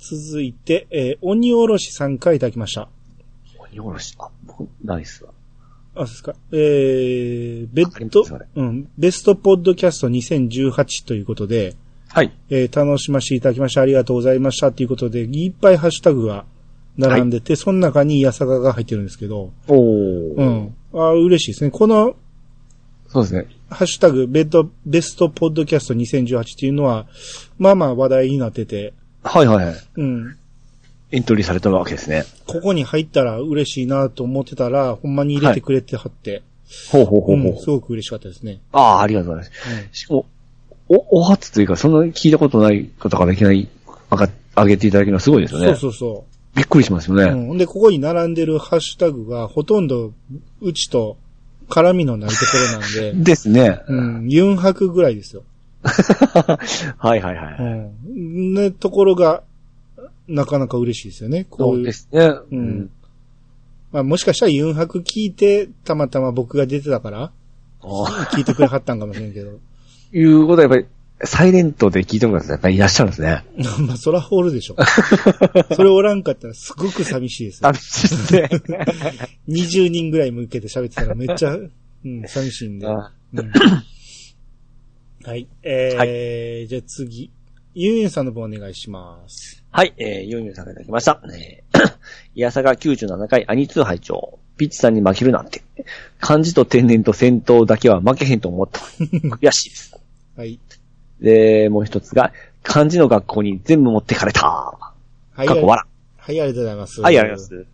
続いて、鬼おろし3回いただきました。 鬼おろし、僕、ナイスわ。 そうですか。ベストポッドキャスト2018ということで、 はい。 楽しませていただきましてありがとうございましたということで、いっぱいハッシュタグが並んでて、はい、その中にイヤサガが入ってるんですけど、嬉しいですね。この、 そうですね。 ハッシュタグ、ベストポッドキャスト2018っていうのは、まあまあ話題になってて、 はいはいはい。 うん。 エントリーされたわけですね。 ここに入ったら嬉しいなと思ってたら、ほんまに入れてくれてはって、 はい、ほう。 すごく嬉しかったですね。 ありがとうございます。しかも、お初というか、そんな聞いたことない方からいきなり上げていただけるのはすごいですよね。 そう。 びっくりしますよね。 で、ここに並んでるハッシュタグがほとんど、うちと絡みのないところなんで。 ですね。 4泊ぐらいですよ。 はい。 ね、ところが、なかなか嬉しいですよね。こういう。 そうですね。 まあもしかしたら4泊聞いて、たまたま僕が出てたから、聞いてくれはったんかもしれんけど。 いうことはやっぱり、サイレントで聞いてもらったらやっぱりいらっしゃるんですね。 まあそらおるでしょ。それおらんかったらすごく寂しいですよ。 寂しいですね。 20人ぐらい向けて喋ってたらめっちゃ、寂しいんで。はい。じゃあ次。ユンユンさんの方お願いします。 はい、ユンユンさんがいただきました。イヤサガ97回アニツー拝聴。ピッチさんに負けるなんて。漢字と天然と戦闘だけは負けへんと思った。悔しいです。 はい。 で、もう一つが、漢字の学校に全部持ってかれた。はい。過去笑。 はい、ありがとうございます。 はい、ありがとうござい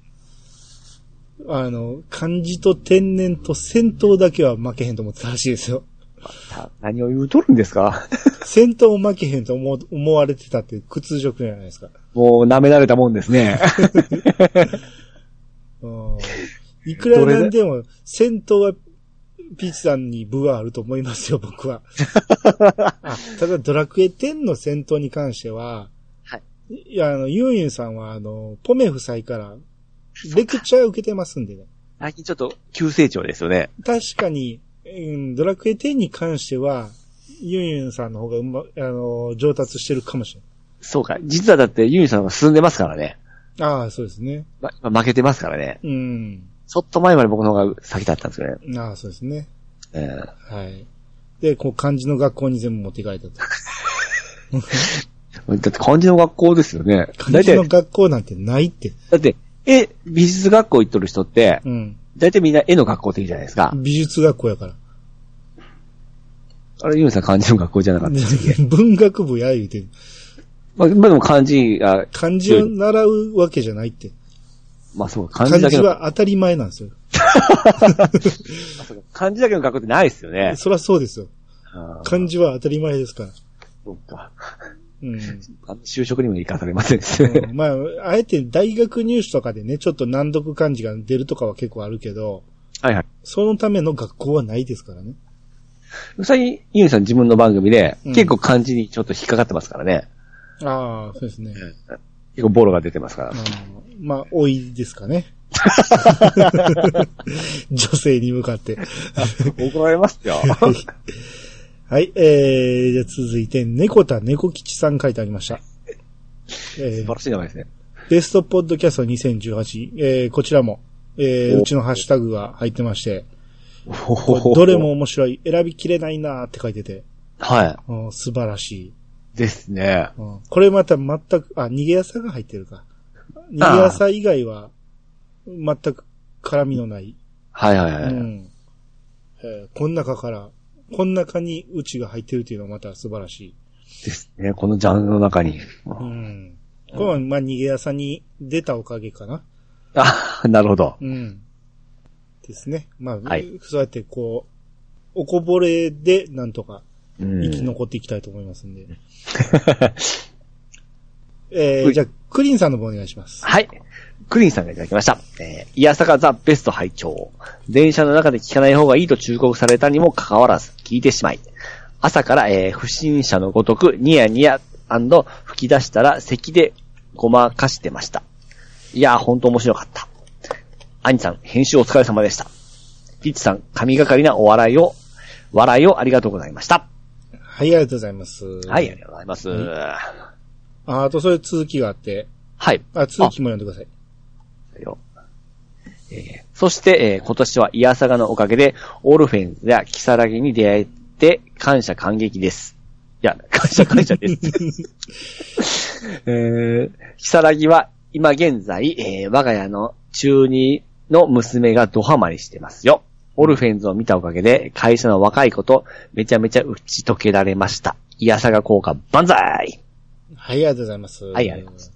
ます。漢字と天然と戦闘だけは負けへんと思ってたらしいですよ。 何を言うとるんですか？ 戦闘負けへんと思われてたって屈辱じゃないですか。 もう舐められたもんですね。 いくらなんでも戦闘はピーチさんに分はあると思いますよ、僕は。ただドラクエ10の戦闘に関しては、 はい。 いや、ユンユンさんはポメ夫妻からレクチャー受けてますんでね。 最近ちょっと急成長ですよね。 確かに、ドラクエ10に関しては、ユンユンさんの方が上達してるかもしれない。 そうか。実はだってユンユンさんは進んでますからね。 そうですね。 負けてますからね。ちょっと前まで僕の方が先だったんですよね。 そうですね。 はい。 で、漢字の学校に全部持っていかれたと。 だって漢字の学校ですよね。 漢字の学校なんてないって。 だって、美術学校行っとる人って、だいたいみんな絵の学校って言うじゃないですか。 美術学校やから。 あれ、ユンさん漢字の学校じゃなかったですか？ 文学部や言うてる。 まあでも漢字を習うわけじゃないって。 まあそう、漢字だけ漢字は当たり前なんですよ。 漢字だけの学校ってないですよね。 そりゃそうですよ。漢字は当たり前ですから。 そうか。就職にも生かされませんですね。 まあ、あえて大学入試とかでね、ちょっと難読漢字が出るとかは結構あるけど、 はいはい。 そのための学校はないですからね。 最近、ユンさん自分の番組で、結構漢字にちょっと引っかかってますからね。 そうですね。 結構ボロが出てますから。 まあ、多いですかね。女性に向かって。 怒られますよ。 はい。じゃあ続いて、猫田猫吉さん書いてありました。 素晴らしい名前ですね。 ベストポッドキャスト2018。こちらも、うちのハッシュタグが入ってまして、どれも面白い。選びきれないなーって書いてて。 はい。 素晴らしい。 ですね。 これまた全く、逃げ朝が入ってるか。逃げ朝以外は、全く絡みのない。 はい。 この中にうちが入ってるっていうのはまた素晴らしい。 ですね。このジャンルの中に。 これは、まあ、逃げ朝に出たおかげかな。 なるほど。 ですね。まあ、そうやっておこぼれでなんとか生き残っていきたいと思いますんで。じゃあ、クリンさんの方お願いします。 はい。クリンさんがいただきました。イヤサガザベスト拝聴。電車の中で聞かない方がいいと忠告されたにもかかわらず、聞いてしまい。朝から、不審者のごとく、ニヤニヤ&吹き出したら、咳でごまかしてました。いやー、ほんと面白かった。アニさん、編集お疲れ様でした。ピッチさん、神がかりな笑いをありがとうございました。 はい、ありがとうございます。 はい、ありがとうございます。 あとそれ続きがあって。 はい。 続きも読んでください。 そして、今年はイヤサガのおかげで、オルフェンズやキサラギに出会えて、感謝感激です。いや、感謝です。キサラギは、今現在、我が家の中2の娘がドハマりしてますよ。オルフェンズを見たおかげで、会社の若い子とめちゃめちゃ打ち解けられました。イヤサガ効果万歳。 はい、ありがとうございます。 はい、ありがとうございます。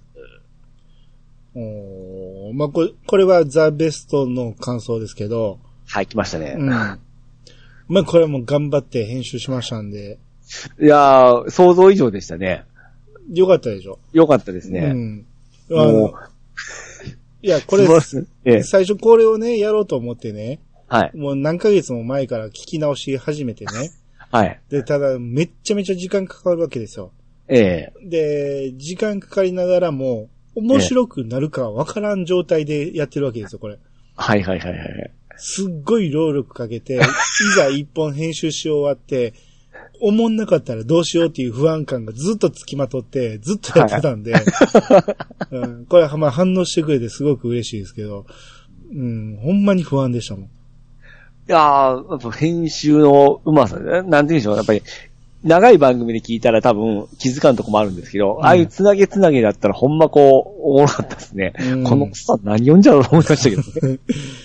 まあ、これはザ・ベストの感想ですけど。 はい、来ましたね。 まあ、これはもう頑張って編集しましたんで。 いやー、想像以上でしたね。 よかったでしょ。 よかったですね。 もういや、これ、最初これをね、やろうと思ってね。 はい。 もう何ヶ月も前から聞き直し始めてね。 はい。 で、ただ、めっちゃめちゃ時間かかるわけですよ。 で、 時間かかりながらも、面白くなるかわからん状態でやってるわけですよ、これ。 はい。 すっごい労力かけて、いざ一本編集し終わって、思んなかったらどうしようっていう不安感がずっとつきまとって、ずっとやってたんで、これはまあ反応してくれてすごく嬉しいですけど、ほんまに不安でしたもん。いやー、やっぱ編集のうまさね、なんて言うんでしょう、やっぱり、長い番組で聞いたら多分気づかんとこもあるんですけど、ああいうつなげだったらほんまこう、おもろかったですね。この草何読んじゃうと思いましたけどね。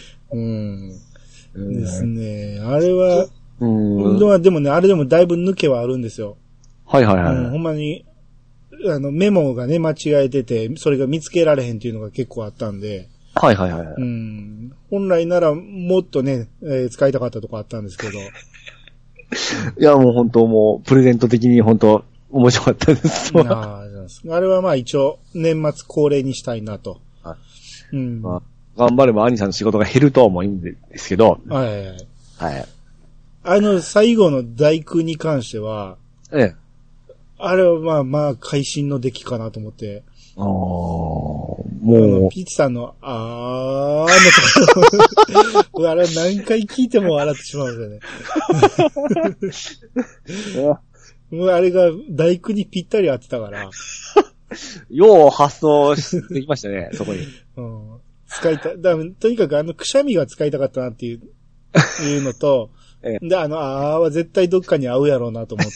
ですね。あれは、でもね、あれでもだいぶ抜けはあるんですよ。 はい。 ほんまに、メモがね、間違えてて、それが見つけられへんっていうのが結構あったんで。 はい。 本来ならもっとね、使いたかったとこあったんですけど。 いや、もう本当もう、プレゼント的に本当、面白かったです。 あれはまあ一応、年末恒例にしたいなと。 まあ、頑張れば兄さんの仕事が減るとは思うんですけど。 はい。最後の大工に関しては、あれはまあ、会心の出来かなと思って。もう。ピーチさんの、のところ、あれ何回聞いても笑ってしまうんですよね。もうあれが大工にぴったり合ってたから。 よう発想できましたね、そこに。 使いた、とにかくくしゃみが使いたかったなっていうのと、で、は絶対どっかに合うやろうなと思って。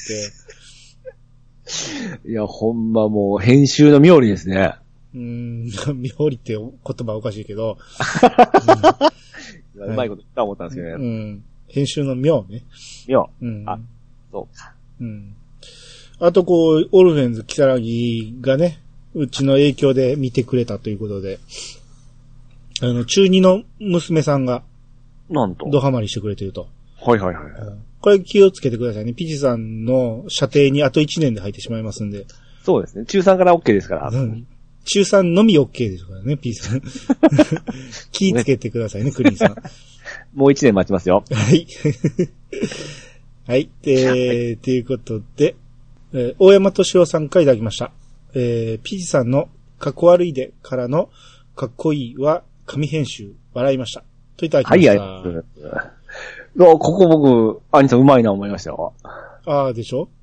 いや、ほんまもう、編集の妙理ですね。 妙理って言葉おかしいけど。 うまいこと言った思ったんですけどね。 編集の妙ね。 妙。そうか。 あとオルフェンズ、キサラギがね、うちの影響で見てくれたということで、中2の娘さんが、 なんと。 ドハマりしてくれてると。 はい。 これ気をつけてくださいね。ピチさんの射程にあと1年で入ってしまいますんで。 そうですね。中3から OK ですから。 中3のみ OK ですからね、ピーさん。気をつけてくださいね、クリーンさん。 もう1年待ちますよ。 はい。はい。ということで、大山敏夫さんからいただきました。ピチさんのかっこ悪いでからのかっこいいは紙編集笑いました。といただきました。はい。 ここ僕、兄さんうまいな思いましたよ。 でしょ？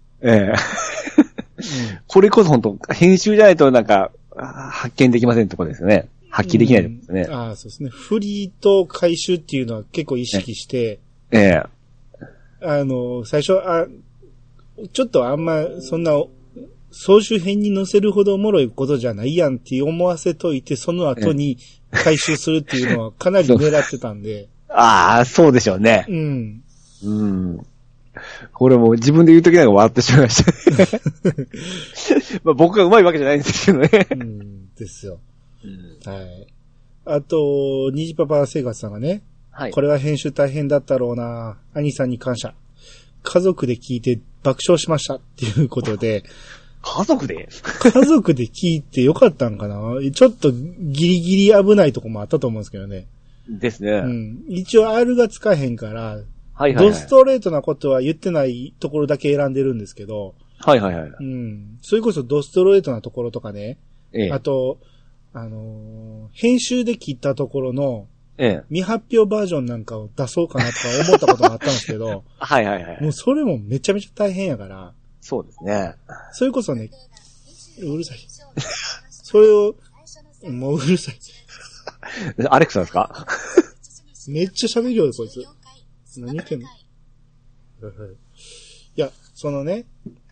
これこそ本当編集じゃないとなんか、発見できませんってことですよね。発揮できないですね。 そうですね。フリーと回収っていうのは結構意識して、最初、ちょっとあんま、そんな、総集編に載せるほどおもろいことじゃないやんって思わせといて、その後に回収するっていうのはかなり狙ってたんで。 そうでしょうね。これもう自分で言うときなんか笑ってしまいましたね。まあ僕が上手いわけじゃないんですけどね。 ですよ。はい。あと、虹パパ生活さんがね、これは編集大変だったろうな。兄さんに感謝。家族で聞いて爆笑しましたっていうことで。 家族で聞いてよかったんかな。ちょっとギリギリ危ないとこもあったと思うんですけどね。 ですね。 一応 R がつかへんから、ドストレートなことは言ってないところだけ選んでるんですけど。それこそドストレートなところとかね。あと、編集で切ったところの、未発表バージョンなんかを出そうかなとか思ったこともあったんですけど。もうそれもめちゃめちゃ大変やから。 そうですね。 それこそね、 うるさい。それを、もううるさい。 アレクサですか？ めっちゃ喋るよ、こいつ。何言ってんの？いや、そのね、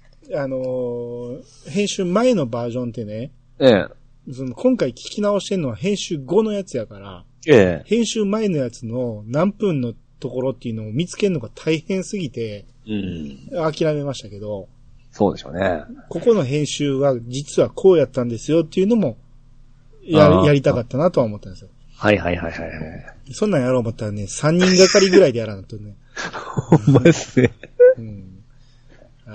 編集前のバージョンってね、その今回聞き直してんのは編集後のやつやから、編集前のやつの何分のところっていうのを見つけるのが大変すぎて、諦めましたけど、 そうでしょうね。 ここの編集は実はこうやったんですよっていうのもやりたかったなとは思ったんですよ。 はい。 そんなんやろう思ったらね、3人がかりぐらいでやらなとね。 ほんまですね。 はい。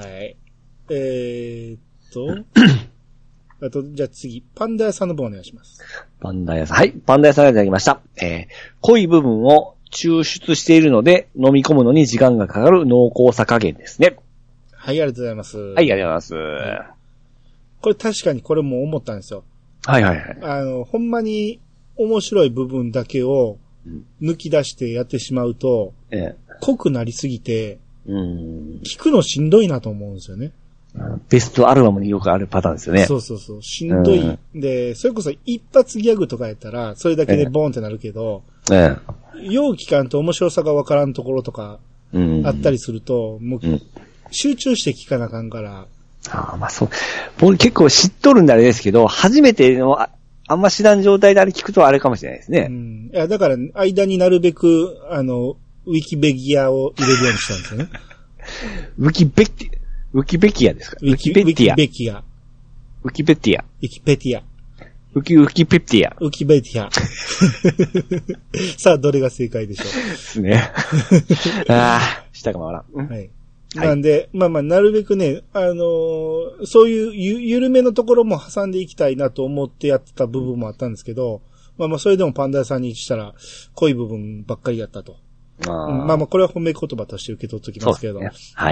あと、じゃあ次、パンダ屋さんの方お願いします。 パンダ屋さん。はい、パンダ屋さんがいただきました。濃い部分を抽出しているので、飲み込むのに時間がかかる濃厚さ加減ですね。 はい、ありがとうございます。 はい、ありがとうございます。 これ確かにこれも思ったんですよ。 はい。 ほんまに面白い部分だけを抜き出してやってしまうと、濃くなりすぎて、聞くのしんどいなと思うんですよね。 ベストアルバムによくあるパターンですよね。 そう。しんどい。で、それこそ一発ギャグとかやったら、それだけでボーンってなるけど、よう聞かんと面白さがわからんところとか、あったりすると、もう、集中して聞かなあかんから。 まあそう。僕結構知っとるんであれですけど、初めての、あんま知らん状態であれ聞くとあれかもしれないですね。 いや、だから、間になるべく、ウィキベギアを入れるようにしたんですよね。 ウィキベキアですか？ ウィキベキア。 ウキペティア。 ウキペティア。 ウキペティア。 ウキペティア。さあ、どれが正解でしょう。 ですね。下が回らん。 はい。なんで、まあ、なるべくね、そういう緩めのところも挟んでいきたいなと思ってやってた部分もあったんですけど、それでもパンダ屋さんにしたら、濃い部分ばっかりやったと。これは褒め言葉として受け取っておきますけど。 ね、はい。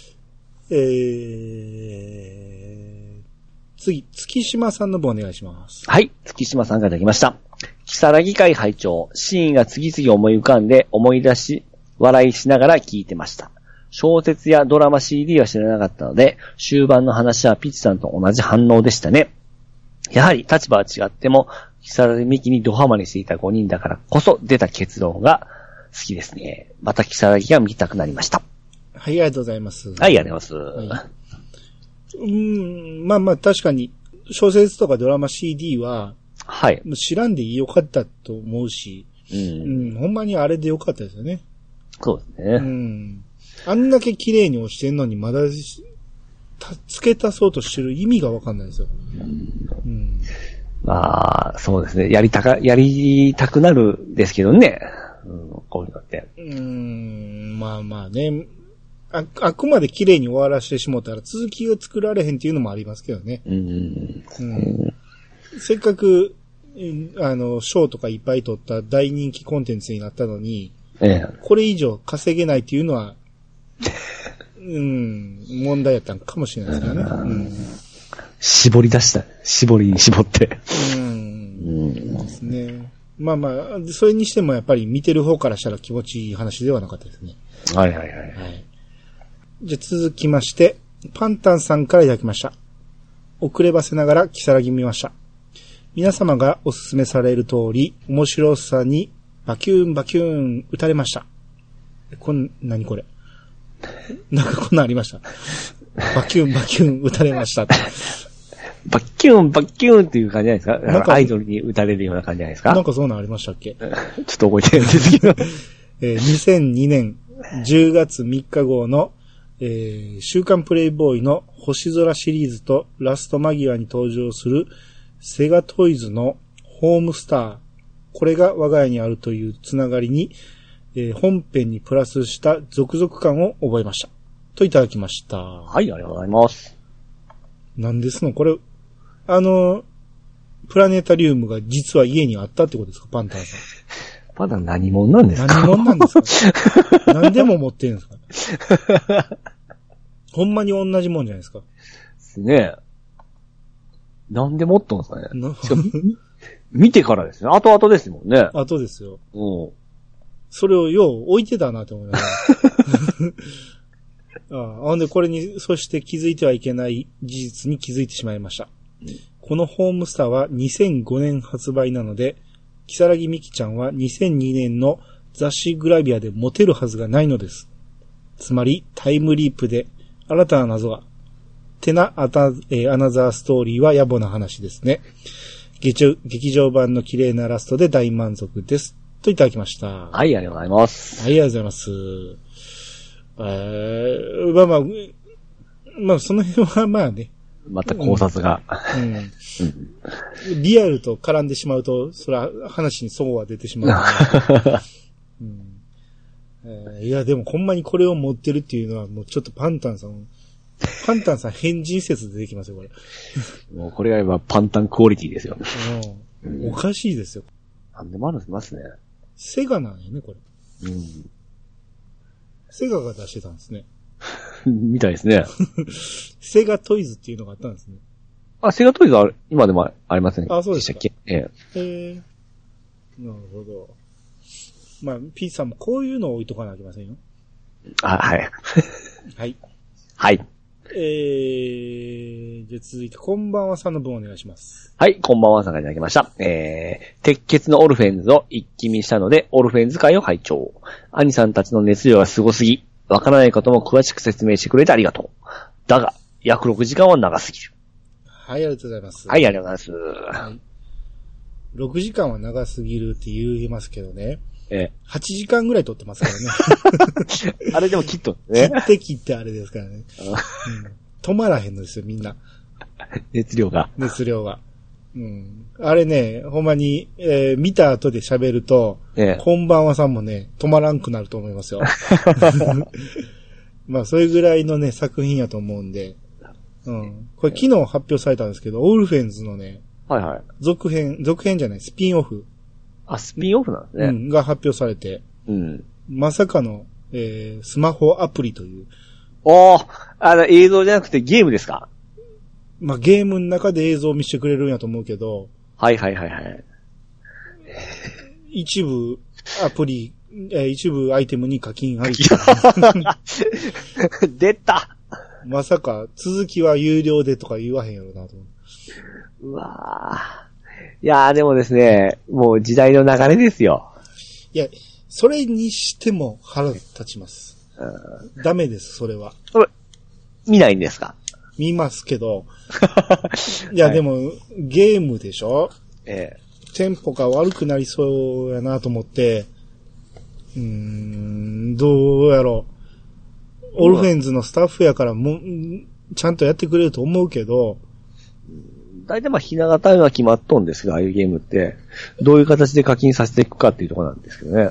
次、月島さんの方お願いします。 はい、月島さんがいただきました。木更木会拝聴、シーンが次々思い浮かんで思い出し、笑いしながら聞いてました。小説やドラマ CD は知らなかったので、終盤の話はピッチさんと同じ反応でしたね。やはり立場は違っても、木更木美希にドハマりしていた5人だからこそ出た結論が好きですね。また木更木が見たくなりました。 はい、ありがとうございます。 はい、ありがとうございます。 確かに、小説とかドラマ CD は、 はい。 知らんでよかったと思うし、ほんまにあれでよかったですよね。 そうですね。 あんだけ綺麗に押してんのにまだ付け足そうとしてる意味がわかんないですよ。 まあ、そうですね。やりたくなるですけどね。こういうのって。 ね。あくまで綺麗に終わらせてしもたら続きが作られへんっていうのもありますけどね。せっかく、賞とかいっぱい取った大人気コンテンツになったのに、これ以上稼げないっていうのは、問題やったんかもしれないですからね。 絞り出した。絞りに絞って。 ですね。それにしてもやっぱり見てる方からしたら気持ちいい話ではなかったですね。 はい。 じゃあ続きまして、パンタンさんからいただきました。遅ればせながら木更木見ました。皆様がおすすめされる通り、面白さにバキューンバキューン打たれました。何これなんかこんなんありました。バキューンバキューン打たれました。 バキューンバキューンっていう感じじゃないですか？なんかアイドルに打たれるような感じじゃないですか？ なんかそうなんありましたっけ？ちょっと覚えてないんですけど。 2002年10月3日号の、週刊プレイボーイの星空シリーズとラスト間際に登場するセガトイズのホームスター。これが我が家にあるというつながりに、本編にプラスした続々感を覚えました。といただきました。 はい、ありがとうございます。 なんですのこれ、プラネタリウムが実は家にあったってことですか、パンタンさん。 パンタン何者なんですか？ 何者なんですか？何でも持ってるんですか？ほんまに同じもんじゃないですか。 ですね。なんで持っとんですかね。見てからですね。後々ですもんね。 後ですよ。それをよう置いてたなと思いながら。 ほんでこれに、そして気づいてはいけない事実に気づいてしまいました。このホームスターは2005年発売なので、木更木美希ちゃんは2002年の雑誌グラビアでモテるはずがないのです。つまり、タイムリープで新たな謎が。てな、アナザーストーリーは野暮な話ですね。劇場版の綺麗なラストで大満足です。といただきました。 はい、ありがとうございます。 はい、ありがとうございます。まあ、その辺はまあね。 また考察が。 リアルと絡んでしまうと、それは話にそうは出てしまう、いや、でもほんまにこれを持ってるっていうのは、もうちょっとパンタンさん変人説出てきますよ、これ。 もうこれが今パンタンクオリティですよ。 おかしいですよ。 なんでもあるんますね。 セガなんやね、これ。セガが出してたんですね。 みたいですね。 セガトイズっていうのがあったんですね。 あ、セガトイズは今でもありません。 あ、そうですか。 でしたっけ？なるほど。まあ、P さんもこういうのを置いとかなきゃいけませんよ。 はい。 はい。 はい。 じゃあ続いて、こんばんはさんの分お願いします。 はい、こんばんはさんからいただきました。鉄血のオルフェンズを一気見したので、オルフェンズ会を拝聴。兄さんたちの熱量がすごすぎ、わからないことも詳しく説明してくれてありがとう。だが、約6時間は長すぎる。 はい、ありがとうございます。 はい、ありがとうございます。はい、 6時間は長すぎるって言いますけどね。8時間ぐらい撮ってますからね。 あれでも切っとね。 切ってあれですからね。止まらへんのですよ、みんな。 熱量が。 あれね、ほんまに、見た後で喋ると、こんばんはさんもね、止まらんくなると思いますよ。まあ、それぐらいのね、作品やと思うんで。これ昨日発表されたんですけど、オルフェンズのね、続編じゃない、スピンオフ。 あ、スピンオフなんですね。 が発表されて。まさかの、スマホアプリという。 映像じゃなくてゲームですか？ まあ、ゲームの中で映像を見せてくれるんやと思うけど。 はい。 一部アイテムに課金あり。 出た！ まさか、続きは有料でとか言わへんやろなと思う。 うわぁ。いやーでもですね、もう時代の流れですよ。 いや、それにしても腹立ちます。ダメです、それは。 見ないんですか？ 見ますけど。いや、でも、ゲームでしょ？テンポが悪くなりそうやなと思って、どうやろう。オルフェンズのスタッフやからちゃんとやってくれると思うけど、 大体ひな形が決まっとんですが、ああいうゲームって、どういう形で課金させていくかっていうところなんですけどね。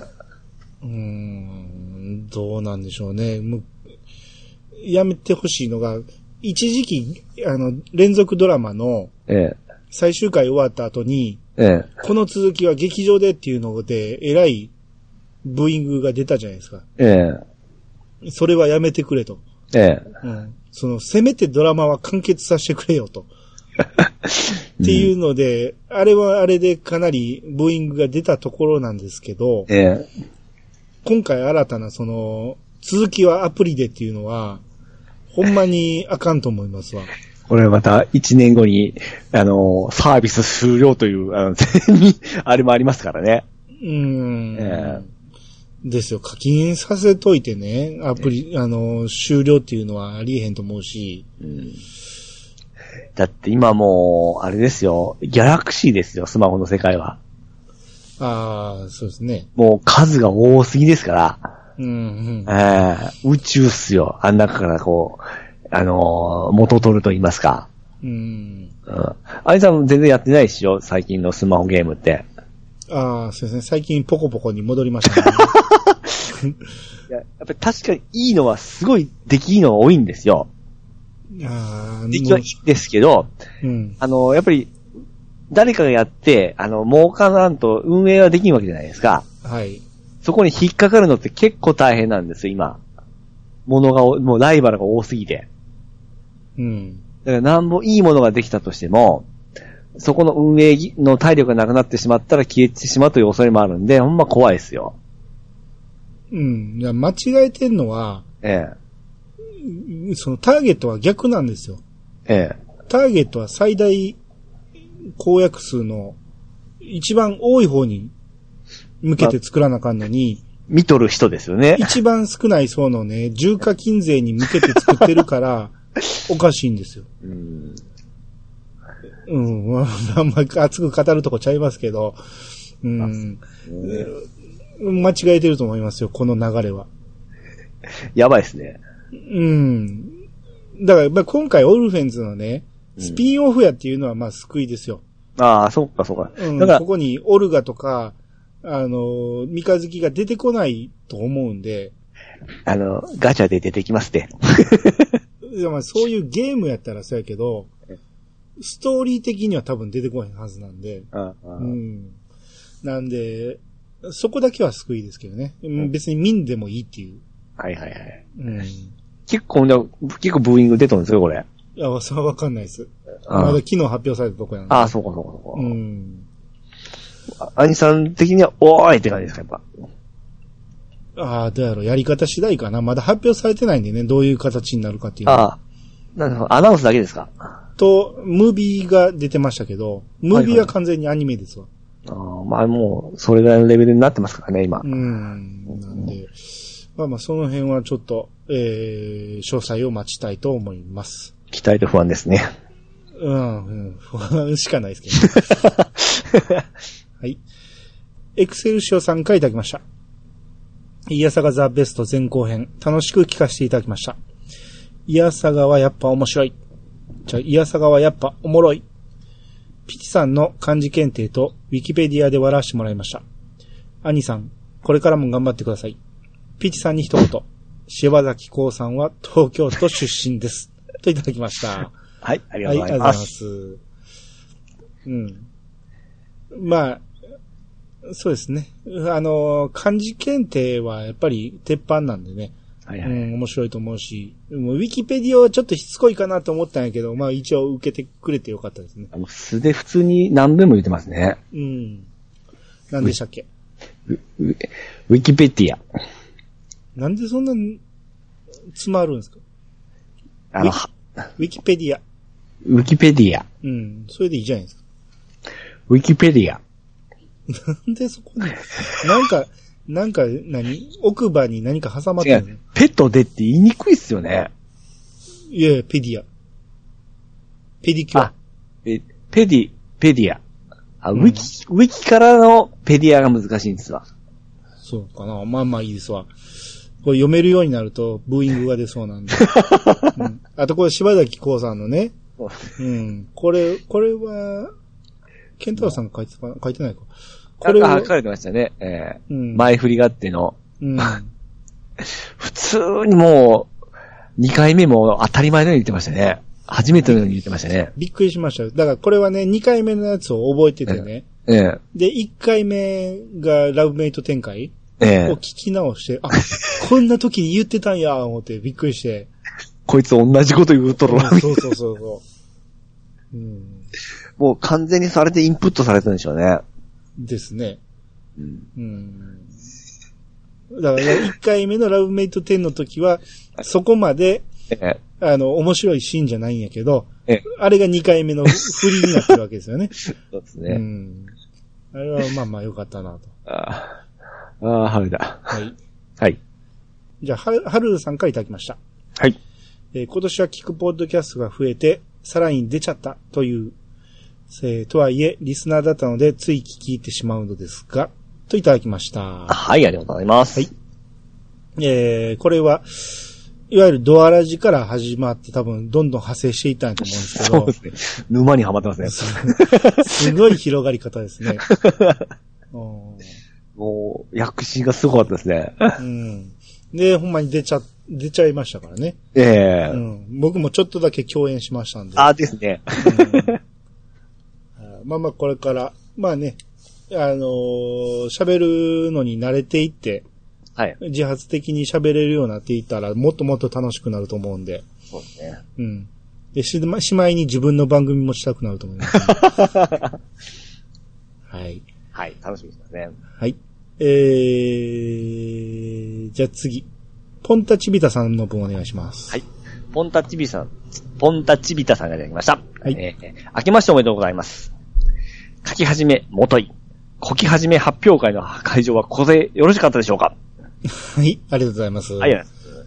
どうなんでしょうね。やめてほしいのが、一時期、連続ドラマの、最終回終わった後に、この続きは劇場でっていうので、えらいブーイングが出たじゃないですか。それはやめてくれと。せめてドラマは完結させてくれよと。っていうので、あれはあれでかなりブーイングが出たところなんですけど、今回新たな続きはアプリでっていうのは、ほんまにあかんと思いますわ。 これまた1年後に、サービス終了という、あれもありますからね。 ですよ。課金させといてね、アプリ、終了っていうのはありえへんと思うし。 だって今もう、あれですよ、ギャラクシーですよ、スマホの世界は。 そうですね。 もう数が多すぎですから。宇宙っすよ。あん中から元取ると言いますか。あれさん全然やってないっしょ、最近のスマホゲームって。 そうですね。最近ポコポコに戻りましたね。 やっぱり確かにいいのはすごい出来いいのが多いんですよ。出来はいいんですけど、やっぱり誰かがやって、儲からんと運営はできんわけじゃないですか。 はい。 そこに引っかかるのって結構大変なんですよ、今。もうライバルが多すぎて。だからなんぼいいものができたとしても、そこの運営の体力がなくなってしまったら消えてしまうという恐れもあるんで、ほんま怖いですよ。 いや、間違えてんのは、 そのターゲットは逆なんですよ。 ええ。 ターゲットは最大公約数の一番多い方に向けて作らなあかんのに、 見とる人ですよね。 一番少ない層のね、重課金税に向けて作ってるから、おかしいんですよ。あんまり熱く語るとこちゃいますけど、間違えてると思いますよ、この流れは。 やばいですね。 だから、今回オルフェンズのね、スピンオフやっていうのは救いですよ。 ああ、そうか、そうか。 だからここにオルガとか、三日月が出てこないと思うんで。 ガチャで出てきますって。 そういうゲームやったらそうやけど、ストーリー的には多分出てこないはずなんで。なんで、そこだけは救いですけどね。別に見んでもいいっていう。 はいはいはい。結構ブーイング出たんですよ、これ。 いや、それはわかんないです。まだ昨日発表されたとこなんで。 ああ、そうかそうかそうか。兄さん的には、おーいって感じですか、やっぱ。ああ、どうやろう、やり方次第かな。まだ発表されてないんでね、どういう形になるかっていう。 ああ。なるほど、アナウンスだけですか。 と、ムービーが出てましたけど、ムービーは完全にアニメですわ。 もう、それぐらいのレベルになってますからね、今。 なんで、その辺はちょっと、詳細を待ちたいと思います。 期待と不安ですね。 不安しかないですけど、ね。はい。エクセル賞3回いただきました。イヤサガザベスト前後編、楽しく聞かせていただきました。イヤサガはやっぱ面白い。イヤサガはやっぱおもろい。ピチさんの漢字検定とウィキペディアで笑わせてもらいました。兄さん、これからも頑張ってください。ピチさんに一言。柴崎幸さんは東京都出身です。といただきました。 はい、ありがとうございます。 そうですね。漢字検定はやっぱり鉄板なんでね。面白いと思うし、ウィキペディアはちょっとしつこいかなと思ったんやけど、一応受けてくれてよかったですね。 素で普通に何でも言ってますね。 何でしたっけ？ ウィキペディア。 なんでそんな詰まるんですか？ウィキペディア。 ウィキペディア。 それでいいじゃないですか。 ウィキペディア。 なんでそこに、奥歯に何か挟まってるの？ ペットでって言いにくいっすよね。 いやいや、ペディア。ペディキュア。 ペディア。ウィキからのペディアが難しいんですわ。 そうかな。いいですわ。これ読めるようになると、ブーイングが出そうなんで。あとこれ、柴崎幸さんのね。これは、ケンタロウさんが書いてないか。 これは書かれてましたね。前振りがあっての。普通にもう、2回目も当たり前のように言ってましたね。初めてのように言ってましたね。 びっくりしました。だからこれはね、2回目のやつを覚えててね。で、1回目がラブメイト展開を聞き直して、こんな時に言ってたんや、思ってびっくりして。 こいつ同じこと言うとるわ。 そう。 もう完全にされてインプットされたんでしょうね。 ですね。だから1回目のラブメイト10の時は、そこまで、面白いシーンじゃないんやけど、あれが2回目の振りになってるわけですよね。 そうですね。 あれは良かったなと。 春だ。 はい。じゃあ、春さんからいただきました。 はい。 今年は聞くポッドキャストが増えて、さらに出ちゃったという、とはいえ、リスナーだったので、つい聞いてしまうのですが、といただきました。 はい、ありがとうございます。 はい。これは、いわゆるドアラジから始まって多分どんどん派生していったんだと思うんですけど。 そうですね。沼にはまってますね。 すごい広がり方ですね。 もう、躍進がすごかったですね。 で、ほんまに出ちゃいましたからね。僕もちょっとだけ共演しましたんで。 ですね。 これから、喋るのに慣れていって、自発的に喋れるようになっていったら、もっともっと楽しくなると思うんで。 そうですね。 で、しまいに自分の番組もしたくなると思います、ね。はい。 はい、楽しみですね。 はい。じゃあ次。ポンタチビタさんの分お願いします。 はい。 ポンタチビタさんがいただきました。 はい。 明けましておめでとうございます。書き始め、もとい。こき始め発表会の会場はここでよろしかったでしょうか？ はい、ありがとうございます。 はい、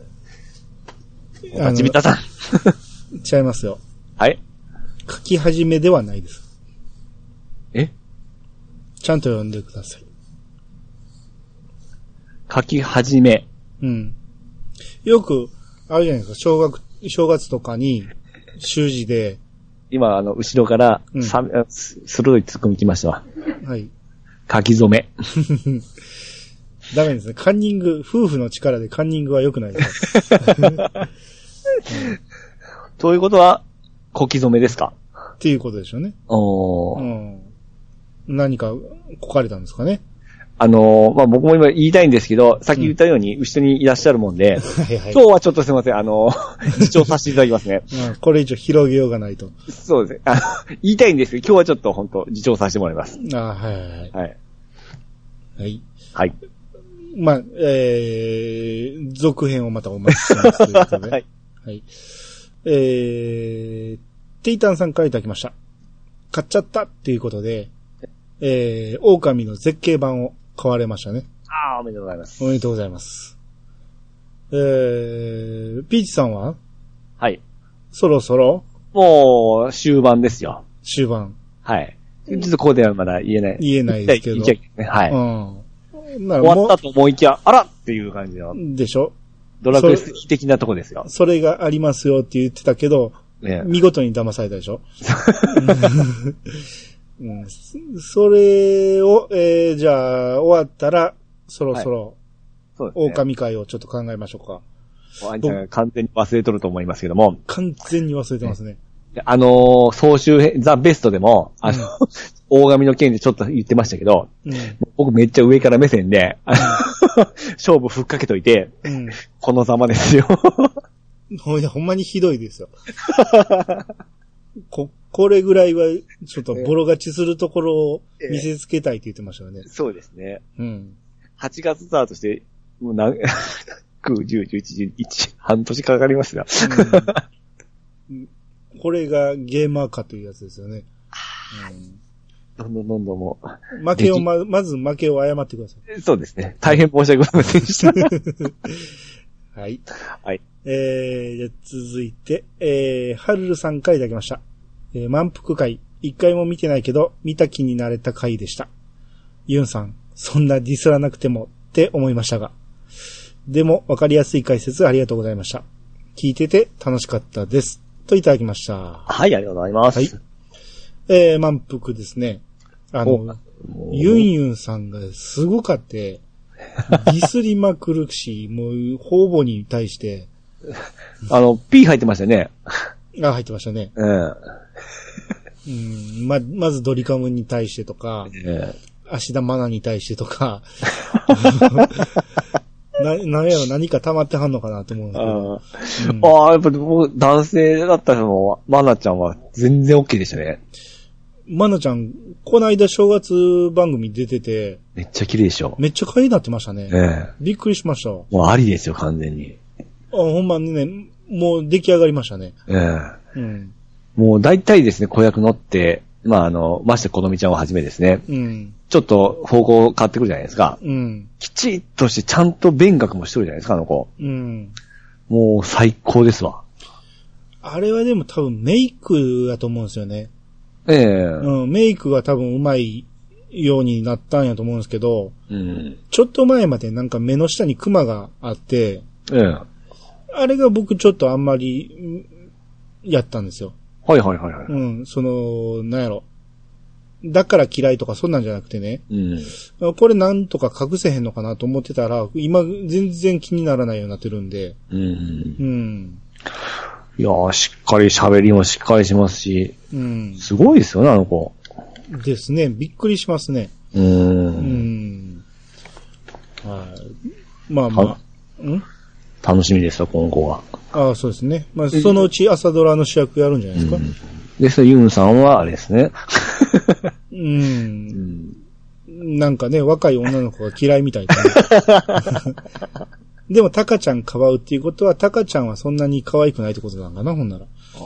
ポンタチビタさん。 違いますよ。 はい。 書き始めではないです。 え？ ちゃんと読んでください。 書き始め。 うん。よく、あるじゃないですか、正月とかに、習字で。 今、後ろから、鋭いツッコミ来ましたわ。 はい。 書き初め。 ダメですね。カンニング、夫婦の力でカンニングは良くないです。 ということは、書き初めですか？ っていうことでしょうね。何か書かれたんですかね。 僕も今言いたいんですけど、さっき言ったように、後ろにいらっしゃるもんで、はいはい、今日はちょっとすいません、自重させていただきますね。 これ以上広げようがないと。 そうですね。言いたいんですけど、今日はちょっと本当自重させてもらいます。 はいはいはい。はい。はい。 はい。 まあ、続編をまたお待ちしてますということで。はい。はい。テイタンさんからいただきました。買っちゃったっていうことで、狼の絶景版を買われましたね。 おめでとうございます。 おめでとうございます。ピーチさんは？ はい。 そろそろ？ もう、終盤ですよ。 終盤。 はい。ちょっとここではまだ言えない。 言えないですけど。 はい。 終わったと思いきや、あらっていう感じの。 でしょ？ ドラクエ3的なとこですよ。 それがありますよって言ってたけど、ね、見事に騙されたでしょ？それを、じゃあ、終わったら、そろそろ、狼会をちょっと考えましょうか。 ワンちゃんが完全に忘れとると思いますけども。 完全に忘れてますね。 総集編、ザ・ベストでも、大神の件でちょっと言ってましたけど、僕めっちゃ上から目線で、勝負ふっかけといて、このざまですよ。 ほんまにひどいですよ。これぐらいは、ちょっとボロ勝ちするところを見せつけたいって言ってましたよね。 そうですね。8月スタートして、もう9、10、11、11、半年かかりますよ。 これがゲーマー化というやつですよね。 どんどんもう。負けをまず負けを謝ってください。 そうですね。大変申し訳ございませんでした。 はい。 はい。 じゃ続いて、はるるさんからいただきました。満腹会、一回も見てないけど、見た気になれた回でした。ユンさん、そんなディスらなくてもって思いましたが。でも、わかりやすい解説ありがとうございました。聞いてて楽しかったです。といただきました。 はい、ありがとうございます。 はい。満腹ですね。ユンユンさんがすごかって、ディスりまくるし、もう、方々に対して。 P 入ってましたね。 入ってましたね。まずドリカムに対してとか、芦田愛菜に対してとか、何か溜まってはんのかなと思うんですけど。 やっぱ僕、男性だったのも、愛菜ちゃんは全然 OK でしたね。 愛菜ちゃん、この間正月番組出てて、 めっちゃ綺麗でしょ。 めっちゃ可愛いなってましたね。びっくりしました。もうありですよ、完全に。 ほんまにね、もう出来上がりましたね。 もう大体ですね、子役のって、ましてこのみちゃんをはじめですね。ちょっと方向変わってくるじゃないですか。きちっとしてちゃんと勉学もしてるじゃないですか、あの子。もう最高ですわ。 あれはでも多分メイクだと思うんですよね。メイクが多分上手いようになったんやと思うんですけど、ちょっと前までなんか目の下にクマがあって、あれが僕ちょっとあんまりやったんですよ。 はい。 なんやろ。だから嫌いとかそんなんじゃなくてね。これなんとか隠せへんのかなと思ってたら、今全然気にならないようになってるんで。 いやー、しっかり喋りもしっかりしますし、すごいですよね、あの子。 ですね、びっくりしますね。まあ。 楽しみですよ、今後は。 そうですね。そのうち朝ドラの主役やるんじゃないですか。 ですユンさんはあれですね。 なんかね、若い女の子が嫌いみたいな。 でもタカちゃんかばうっていうことは、タカちゃんはそんなに可愛くないってことなんかな、ほんなら。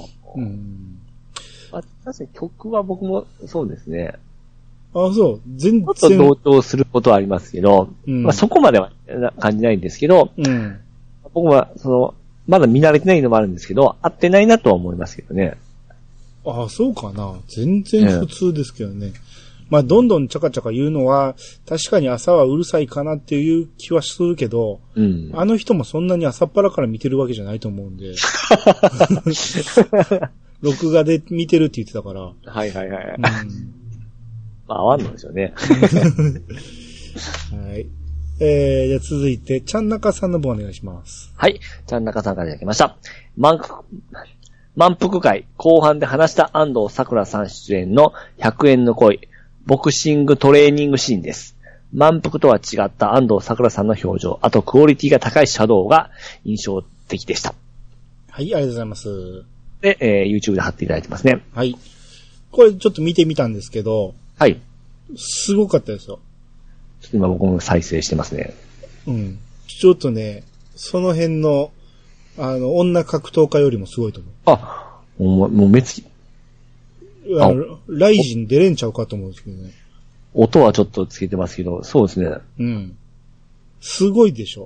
確かに曲は僕もそうですね。 あ、そう。全然。 ちょっと同調することはありますけど、そこまでは感じないんですけど、僕は、まだ見慣れてないのもあるんですけど、合ってないなとは思いますけどね。 あ、そうかな。全然普通ですけどね。まあ、どんどんチャカチャカ言うのは、確かに朝はうるさいかなっていう気はするけど、あの人もそんなに朝っぱらから見てるわけじゃないと思うんで。録画で見てるって言ってたから。 はいはいはい。まあ、合わんのでしょうね。 はい。じゃあ続いて、ちゃんなかさんの分お願いします。 はい。ちゃんなかさんからいただきました。満腹会後半で話した安藤サクラさん出演の100円の恋、ボクシングトレーニングシーンです。満腹とは違った安藤サクラさんの表情、あとクオリティが高いシャドウが印象的でした。はい、 ありがとうございます。 で、YouTube で貼っていただいてますね。 はい。これちょっと見てみたんですけど、 はい。 すごかったですよ。 今僕も再生してますね。 ちょっとね、その辺の、女格闘家よりもすごいと思う。 もう目つき。 ライジン出れんちゃうかと思うんですけどね。 音はちょっとつけてますけど、そうですね。 すごいでしょ。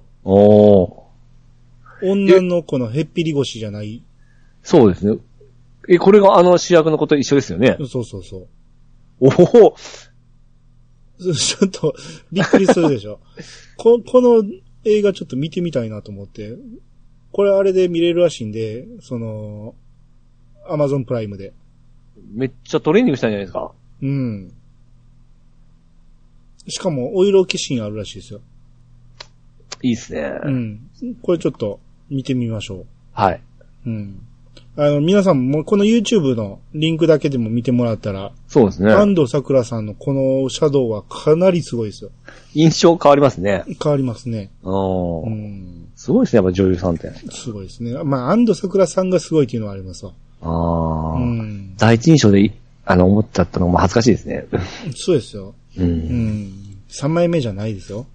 女の子のへっぴり腰じゃない。 そうですね。これが主役の子と一緒ですよね。 そうそうそう。 おおちょっと、びっくりするでしょ。この映画ちょっと見てみたいなと思って。これあれで見れるらしいんで、アマゾンプライムで。 めっちゃトレーニングしたんじゃないですか。 しかも、お色気シーンあるらしいですよ。 いいっすね。 これちょっと見てみましょう。 はい。 皆さんもこの YouTube のリンクだけでも見てもらったら、 そうですね。 安藤サクラさんのこのシャドウはかなりすごいですよ。 印象変わりますね。 変わりますね。 すごいですね、やっぱ女優さんって。 すごいですね。まあ、安藤サクラさんがすごいっていうのはありますわ。 第一印象で、思っちゃったのも恥ずかしいですね。 そうですよ。3枚目じゃないですよ。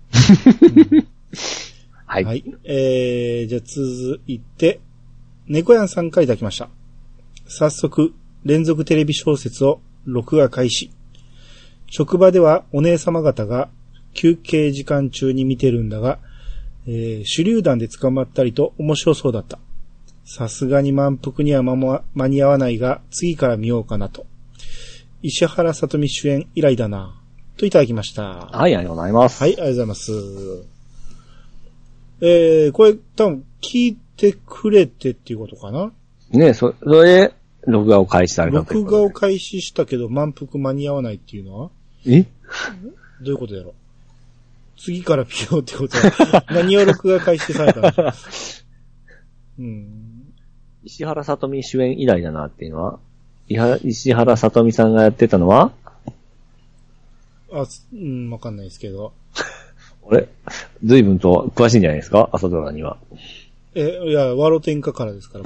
はい。 はい。じゃあ続いて、猫やんさんからいただきました。早速、連続テレビ小説を録画開始。職場ではお姉様方が休憩時間中に見てるんだが、手榴弾で捕まったりと面白そうだった。さすがに満腹には間に合わないが、次から見ようかなと。石原さとみ主演以来だな。といただきました。 はい、ありがとうございます。 はい、ありがとうございます。これ多分聞いてくれてっていうことかな？ ね、それ、録画を開始されたということで。 録画を開始したけど満腹間に合わないっていうのは？どういうことやろ？次から見ようってことは、何を録画開始されたの？ 石原さとみ主演以来だなっていうのは？石原さとみさんがやってたのは？ わかんないですけど。 あれ？随分と詳しいんじゃないですか？朝ドラには。 いや、ワロ天下からですから。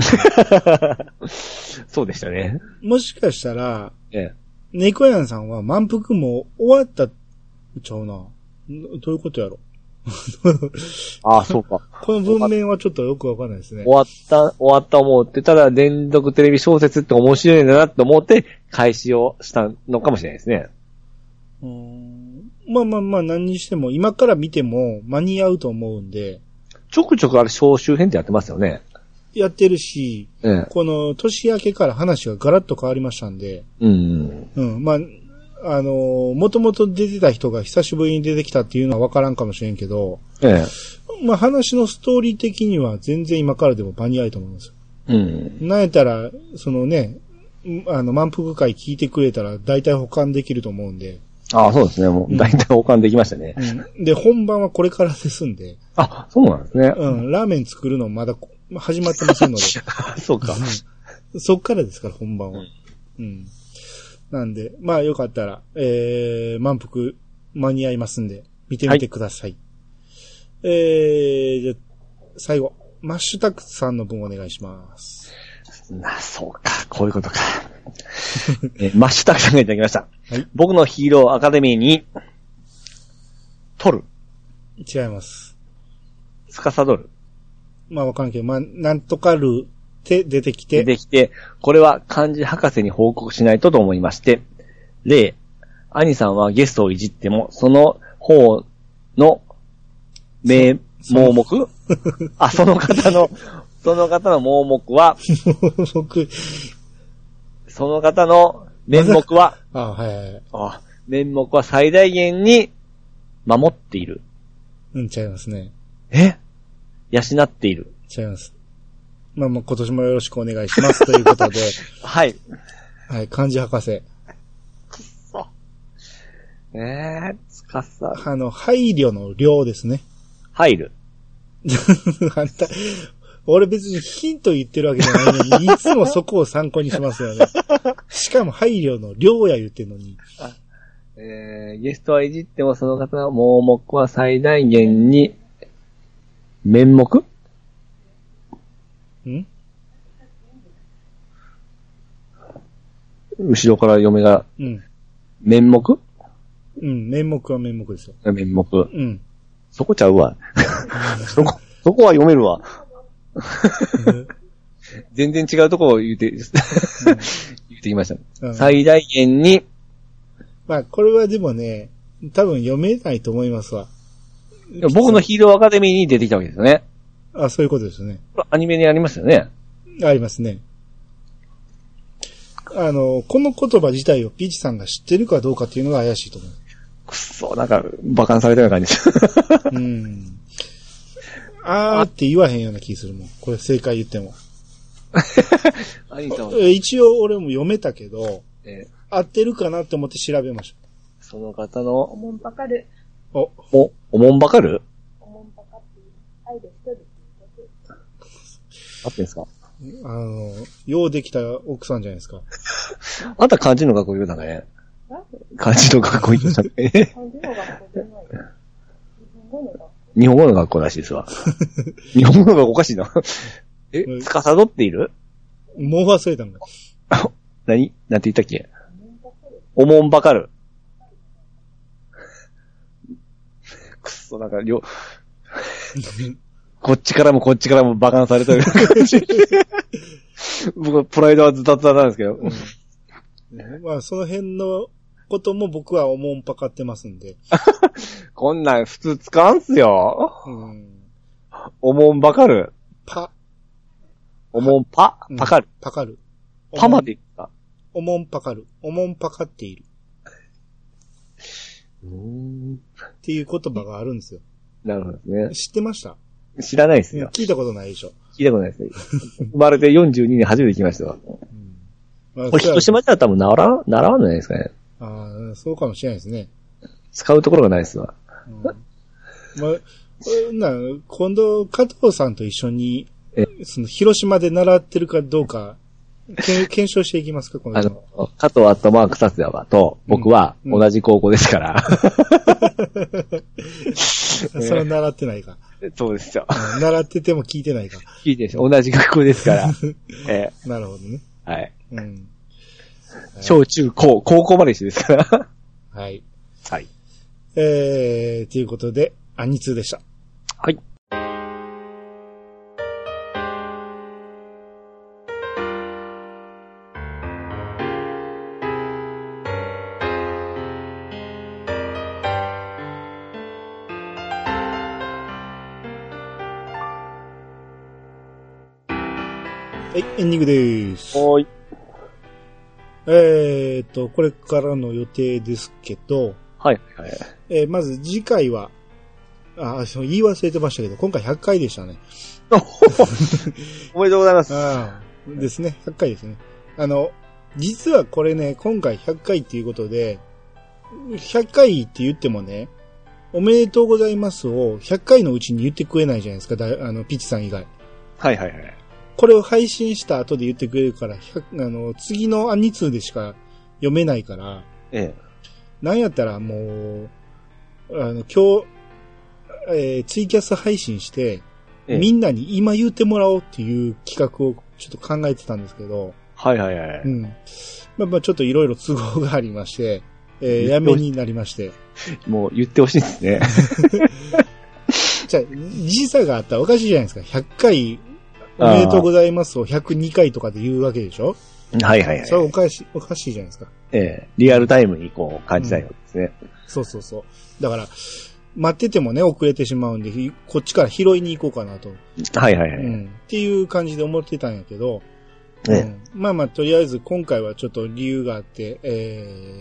そうでしたね。 もしかしたら、猫やんさんは満腹も終わったちゃうな。どういうことやろ？ そうか。 この文面はちょっとよくわかんないですね。 終わった思って、ただ連続テレビ小説って面白いんだなって思って、開始をしたのかもしれないですね。 まあ、何にしても、今から見ても間に合うと思うんで。 ちょくちょくあれ、総集編ってやってますよね。 やってるし、この年明けから話がガラッと変わりましたんで。まあ、もともと出てた人が久しぶりに出てきたっていうのは分からんかもしれんけど、まあ話のストーリー的には全然今からでも間に合うと思います。なんやったら、満腹会聞いてくれたら大体保管できると思うんで。 そうですね。もう大体保管できましたね。 で、本番はこれからですんで。 そうなんですね。 ラーメン作るのまだ始まってませんので。 そうか。 そっからですから、本番は。なんで、まあよかったら、満腹間に合いますんで、見てみてください。じゃ最後、マッシュタクさんの分お願いします。 そうか、こういうことか。マッシュタクさんがいただきました。僕のヒーローアカデミーに、取る。 違います。 司る。 まあわからんけど、まあ、なんとかるって出てきて。 これは漢字博士に報告しないと思いまして、例、兄さんはゲストをいじっても、その方の盲目その方の盲目は、その方の面目は、面目は最大限に守っている。 違いますね。 養っている。 違います。まあ今年もよろしくお願いしますということで。 はい。 はい、漢字博士。 くっそ。つかさ。 配慮の量ですね。 入る。 俺別にヒント言ってるわけじゃないのに、いつもそこを参考にしますよね。しかも配慮の量や言ってんのに。 ゲストはいじってもその方の盲目は最大限に、面目？後ろから嫁が、面目？ 面目は面目ですよ。 面目。そこちゃうわ。そこは読めるわ。全然違うとこを言ってきました。最大限に。 まあ、これはでもね、多分読めないと思いますわ。 僕のヒーローアカデミーに出てきたわけですよね。 そういうことですね。 アニメにありますよね。 ありますね。この言葉自体をピーチさんが知ってるかどうかっていうのが怪しいと思う。 くっそ、なんか、馬鹿にされたような感じです。 って言わへんような気するもん。これ正解言っても。 兄さん一応俺も読めたけど、合ってるかなって思って調べました。 その方の、 おもんばかる。 おもんばかる？ おもんばかっていう。愛で一人で合ってんすか？ ようできた奥さんじゃないですか。 あんた漢字の学校行くんだね。漢字の学校行くんだね。漢字の学校じゃない。日本語の学校らしいですわ。日本語の学校おかしいな。司っている？ もう忘れたんだ。 何？なんて言ったっけ？おもんばかる。くっそ、なんか、こっちからも馬鹿にされたような感じ。僕はプライドはズタズタなんですけど。 まあ、その辺のことも僕はおもんぱかってますんで。 こんなん普通使うんすよ。おもんばかる。おもんぱかる。 パカる。 パまでいった。 おもんぱかる。おもんぱかっている。っていう言葉があるんですよ。 なるほどね。 知ってました？ 知らないですよ。 聞いたことないでしょ。 聞いたことないですよ。生まれて42年初めて聞きましたわ。これ広島じゃ多分習わないですかね。 そうかもしれないですね。 使うところがないですわ。 今度、加藤さんと一緒に、その広島で習ってるかどうか、検証していきますか、この加藤アットマークサスヤバと、僕は同じ高校ですから。 それは習ってないか。 そうですよ。 習ってても聞いてないか。 聞いてないです。同じ学校ですから。 なるほどね。 はい。小中高校まで一緒ですから。 はい。 はい。 ということで、アニツーでした。 はい。 はい、エンディングでーす。 はい。 これからの予定ですけど、 はい。 まず次回は、言い忘れてましたけど、今回100回でしたね。 おめでとうございます。 ですね、100回ですね。実はこれね、今回100回っていうことで、100回って言ってもね、おめでとうございますを100回のうちに言ってくれないじゃないですか、ピチさん以外。 はい。 これを配信した後で言ってくれるから、次のアニツーでしか読めないから、なんやったらもう、今日、ツイキャス配信して、みんなに今言ってもらおうっていう企画をちょっと考えてたんですけど、 はい。 まあちょっといろいろ都合がありまして、やめになりまして。 もう言ってほしいですね。 じゃあ、時差があったらおかしいじゃないですか。100回おめでとうございますを102回とかで言うわけでしょ。 はいはいはい。 それはおかしいじゃないですか。 リアルタイムにこう感じたいわけですね。 そうそうそう。だから、待っててもね、遅れてしまうんで、こっちから拾いに行こうかなと。 はいはいはい。 っていう感じで思ってたんやけど、まあまあ、とりあえず今回はちょっと理由があって、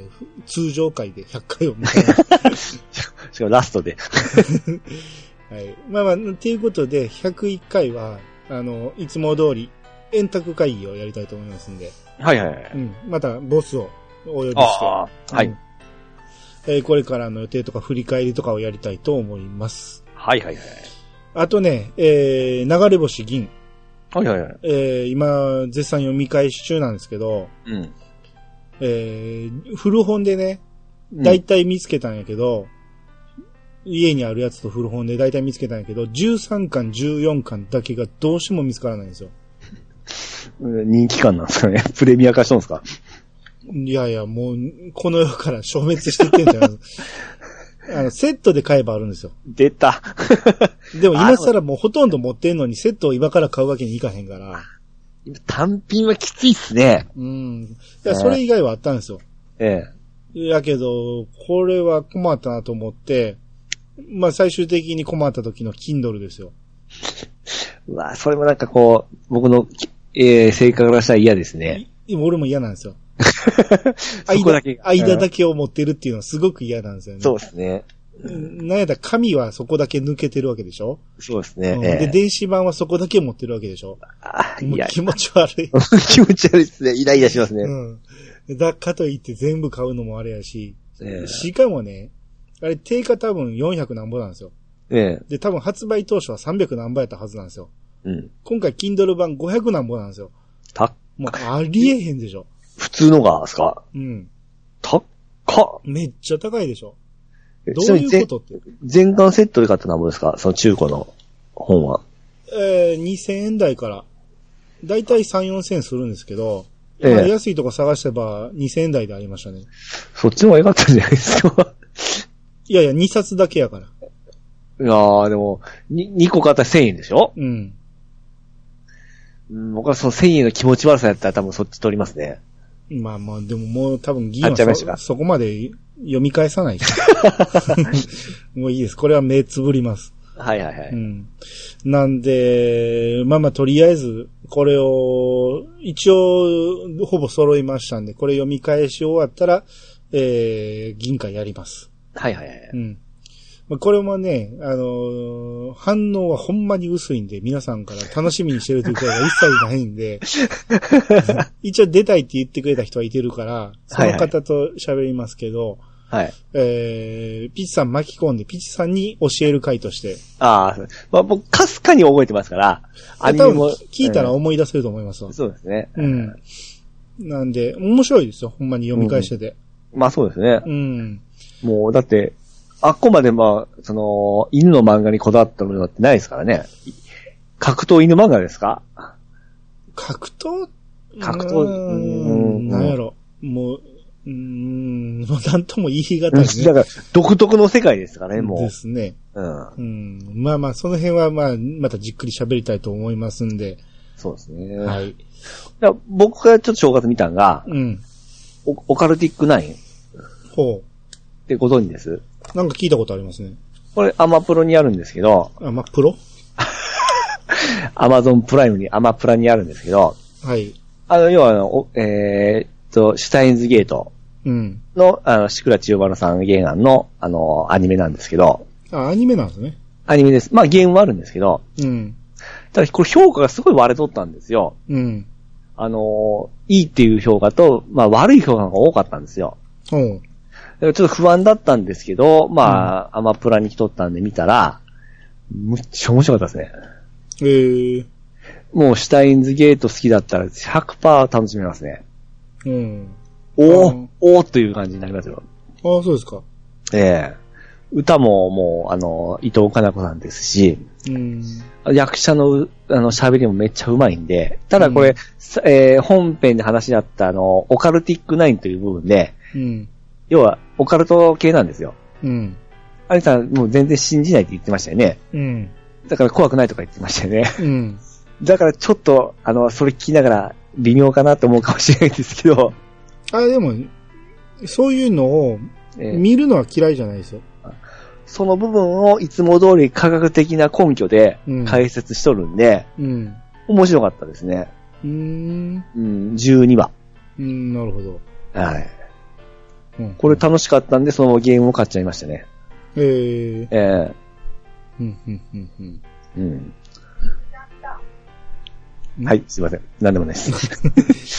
通常回で100回を迎えます。 しかもラストで。 はい。まあまあ、っていうことで、101回は、いつも通り、円卓会議をやりたいと思いますんで。 はいはいはい。 また、ボスをお呼びして。 はい。 これからの予定とか振り返りとかをやりたいと思います。 はいはいはい。 あとね、流れ星銀。 はいはいはい。 今、絶賛読み返し中なんですけど、古本でね、大体見つけたんやけど、家にあるやつと古本で大体見つけたんやけど、13巻、14巻だけがどうしても見つからないんですよ。 人気感なんですかね。プレミア化したんですか。 いやいや、もう、この世から消滅していってんじゃないセットで買えばあるんですよ。 出た。 でも今更もうほとんど持ってんのにセットを今から買うわけにいかへんから。 単品はきついっすね。 いや、それ以外はあったんですよ。やけど、これは困ったなと思って、まあ最終的に困った時の Kindle ですよ。 うわ、それもなんかこう、僕の、性格からしたら嫌ですね。 俺も嫌なんですよ。間だけを持ってるっていうのはすごく嫌なんですよね。 そうですね。 なんやったら紙はそこだけ抜けてるわけでしょ。 そうですね。 で、電子版はそこだけ持ってるわけでしょ。もう気持ち悪い。 気持ち悪いですね。イライラしますね。 だかといって全部買うのもあれやし。しかもね、あれ定価多分400何ぼなんですよ。で、多分発売当初は300何ぼやったはずなんですよ。今回 Kindle 版500何ぼなんですよ。もうありえへんでしょ。 普通のがですか？高っ。 めっちゃ高いでしょ。どういうことって。 全巻セットで買った何ぼですか？その中古の本は。 2000円台から。だいたい3、4000円するんですけど、安いとこ探せば2000円台でありましたね。 そっちの方が良かったんじゃないですか？ いやいや、2冊だけやから。 いやー、でも、2個買ったら1000円でしょ？僕はその1000円の気持ち悪さやったら多分そっち取りますね。まあまあ、でももう多分議員はそこまで読み返さないし。もういいです。これは目つぶります。 はいはいはい。 なんで、まあまあとりあえず、これを、一応、ほぼ揃いましたんで、これ読み返し終わったら、銀貨やります。はいはいはい。これもね、反応はほんまに薄いんで、皆さんから楽しみにしてるという声が一切ないんで、一応出たいって言ってくれた人はいてるから、その方と喋りますけど、ピチさん巻き込んで、ピチさんに教える回として。まあ僕、かすかに覚えてますから、アニメも。聞いたら思い出せると思いますわ。そうですね。なんで、面白いですよ、ほんまに読み返してて。まあそうですね。もう、だって、あっこまでまあ、その、犬の漫画にこだわったものってないですからね。格闘犬漫画ですか？格闘なんやろ。もう、なんとも言い難いね。だから、独特の世界ですからね、もう。ですね。まあまあ、その辺はまあ、またじっくり喋りたいと思いますんで。そうですね。はい。僕がちょっと正月見たんが、オカルティック9。ほう。ってご存知です？なんか聞いたことありますね。これアマプロにあるんですけど。アマプロ？アマゾンプライムにアマプラにあるんですけど。はい。要はシュタインズゲートの、志倉千代丸さん原案の、アニメなんですけど。アニメなんですね。アニメです。まあ、ゲームはあるんですけど。ただ、これ評価がすごい割れとったんですよ。いいっていう評価と、まあ、悪い評価が多かったんですよ。ちょっと不安だったんですけど、まあ、アマプラに来とったんで見たら、むっちゃ面白かったですね。もうシュタインズゲート好きだったら 100% 楽しめますね。おーという感じになりますよ。ああ、そうですか。歌ももう、伊藤かな子さんですし、役者の、喋りもめっちゃ上手いんで、ただこれ、本編で話し合ったオカルティック9という部分で、要は、オカルト系なんですよ。 アニさんもう全然信じないって言ってましたよね。 うん。 だから怖くないとか言ってましたよね。 うん。 だからちょっと、それ聞きながら微妙かなと思うかもしれないんですけど。 でも、そういうのを見るのは嫌いじゃないですよ。 その部分をいつも通り科学的な根拠で解説しとるんで、 うん。 面白かったですね。12話。 なるほど。 はい。これ楽しかったんで、そのゲームを買っちゃいましたね。はい、すいません。なんでもないです。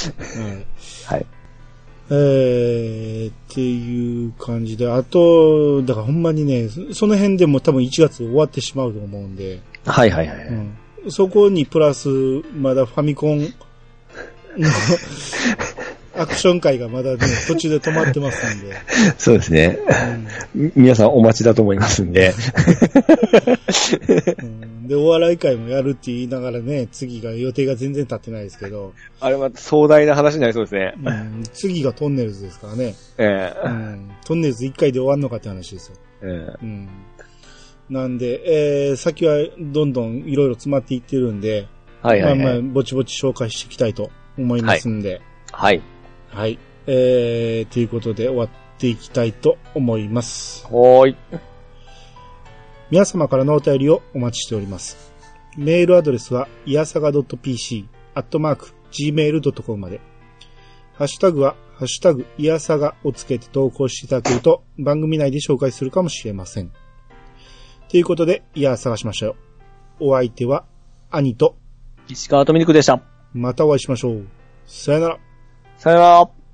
はい。 っていう感じで、あと、だからほんまにね、その辺でも多分1月終わってしまうと思うんで。 はいはいはい。 そこにプラス、まだファミコンのアクション回がまだね、途中で止まってますんで。 そうですね。皆さんお待ちだと思いますんで。 で、お笑い会もやるって言いながらね、次が予定が全然立ってないですけど。 あれは壮大な話になりそうですね。 次がトンネルズですからね。トンネルズ1回で終わんのかって話ですよ。なんで、先はどんどんいろいろ詰まっていってるんで、まあぼちぼち紹介していきたいと思いますんで。 はい。 はい。ということで終わっていきたいと思います。 はい。 皆様からのお便りをお待ちしております。メールアドレスは、いやさが .pc@gmail.com まで。ハッシュタグは、ハッシュタグ、いやさがをつけて投稿していただけると、番組内で紹介するかもしれません。ということで、いや探しましょう。お相手は、兄と、 石川とみにくでした。 またお会いしましょう。さよなら。 さよなら。